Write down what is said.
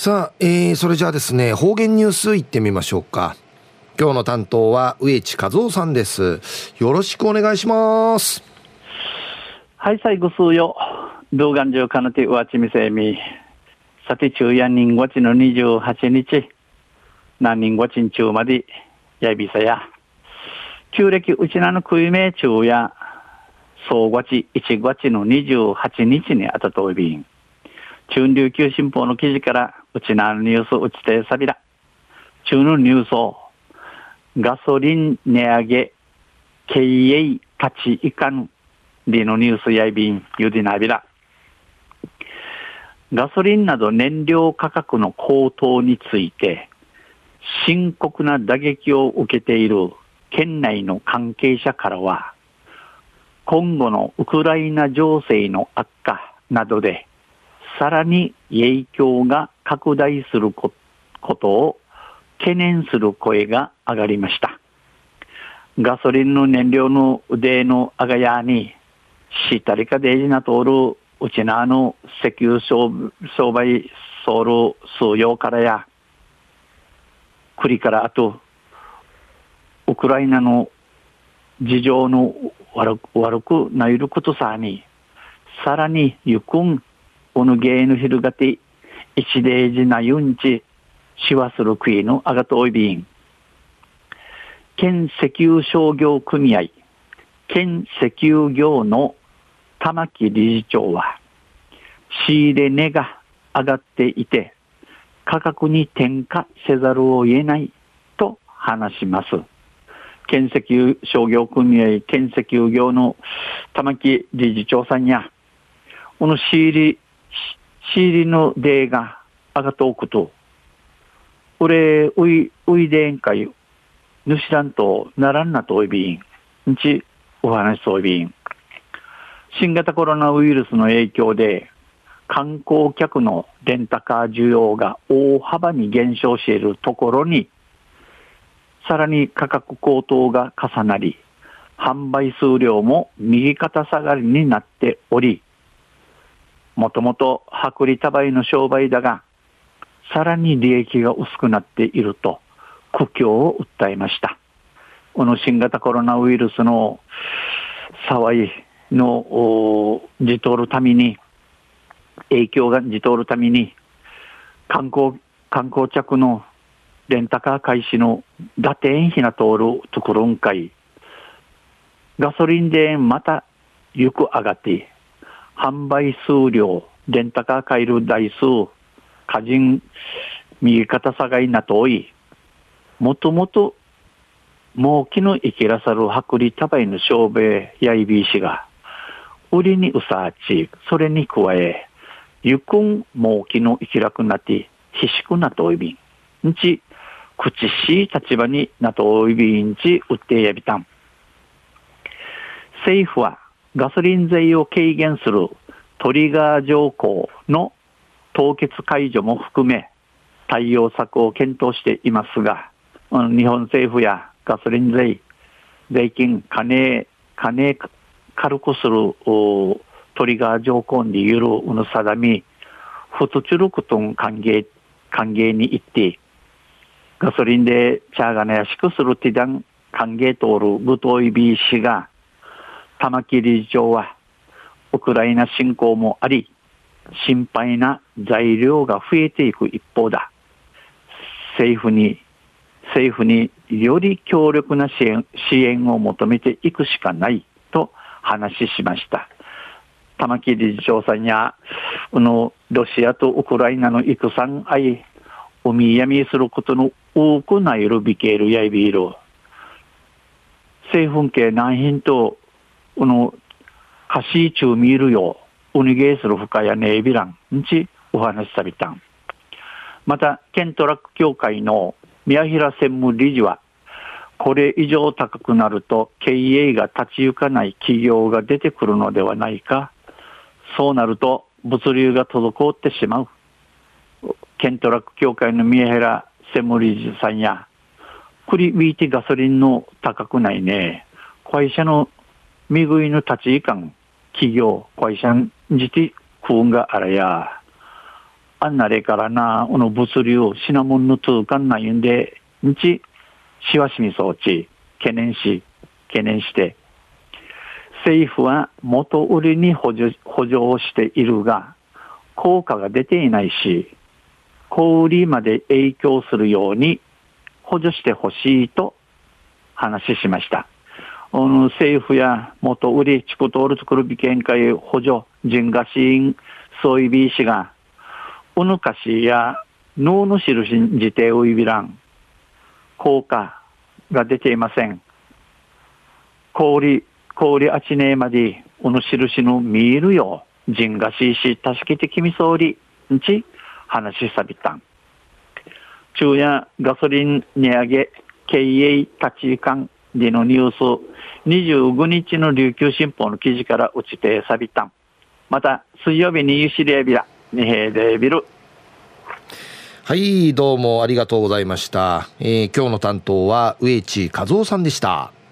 さあ、それじゃあですね、方言ニュースいってみましょうか。今日の担当は植地和夫さんです。よろしくお願いします。 はい、最後数よ。動画上かなてうわちみせみ。さて昼夜人月の28日。何人月ん中までやびさや。旧暦うちなの食いめ昼夜。総月1月の28日にあたといびん。中琉球新報の記事からうちなのニュースうちてさびら。中のニュースをガソリン値上げ経営立ちいかんりのニュースやいびんゆでなびら。ガソリンなど燃料価格の高騰について深刻な打撃を受けている県内の関係者からは、今後のウクライナ情勢の悪化などでさらに影響が拡大することを懸念する声が上がりました。ガソリンの燃料の腕の上がやにしたりかでじなとおるうちなの石油商売ソウル数用からや栗からあとウクライナの事情の悪くないることさにさらにゆくんおぬげのひるがて一例じなゆんちしわするくいのあがとおいびん県石油商業組合県石油業の玉木理事長は仕入れ値が上がっていて価格に転嫁せざるを得ないと話します。県石油商業組合県石油業の玉木理事長さんやこの仕入りの例が上がっておくと俺ういでんかいぬしらんとならんなとおいびんんちお話そういびん新型コロナウイルスの影響で観光客のレンタカー需要が大幅に減少しているところにさらに価格高騰が重なり販売数量も右肩下がりになっておりもともと薄利多売の商売だがさらに利益が薄くなっていると苦境を訴えました。この新型コロナウイルスの騒いのじとるために影響がじとるために観光客のレンタカー開始の打点ひな通るところんかいガソリンでまたよく上がって販売数量レンタカー買える台数個人右肩下がりなとおいもともと儲きの生きらさる薄利多売の商売やいびいしが売りにうさあちそれに加えゆくん儲きの生きらくなってひしくなとおいびんんち口しい立場になとおいびんち売ってやびたん。政府はガソリン税を軽減するトリガー条項の凍結解除も含め対応策を検討していますが、日本政府やガソリン税金金軽くするトリガー条項によるの定みふとちゅることん歓迎に行ってガソリンでチャーガネやしくするティダン歓迎通るグトイビー氏が玉木理事長はウクライナ侵攻もあり心配な材料が増えていく一方だ。政府により強力な支援を求めていくしかないと話しました。玉木理事長さんやロシアとウクライナの戦い海闇することの多くないるびけるやいびいる政府系難品とカシーチューミールよウニゲーする深やネイビランんちお話しさびたん。また県トラック協会の宮平専務理事はこれ以上高くなると経営が立ち行かない企業が出てくるのではないか。そうなると物流が滞ってしまう。県トラック協会の宮平専務理事さんやクリビーティガソリンの高くないね会社の見食いの立ち行かん企業会社にじて食うんがあらやあんなれからな、物流、シナモンの通関ないんで、しわしみ装置、懸念して、政府は元売りに補助をしているが、効果が出ていないし、小売りまで影響するように補助してほしいと話しました。政府や元売り、地区トール作る美見会補助、人がシーン、そういうビーシが、うぬかしや脳の印自体をいびらん、効果が出ていません。氷あちねえまで、うぬ印の見えるよう、人がしいし、助けてきみそうり、んち、話しさびたん。昼夜ガソリン値上げ、経営立ち行かんでのニュース、25日の琉球新報の記事から打ちてさびたん。また、水曜日にゆしりえびら、にへいでびる。 はい、どうもありがとうございました。今日の担当は植地和夫さんでした。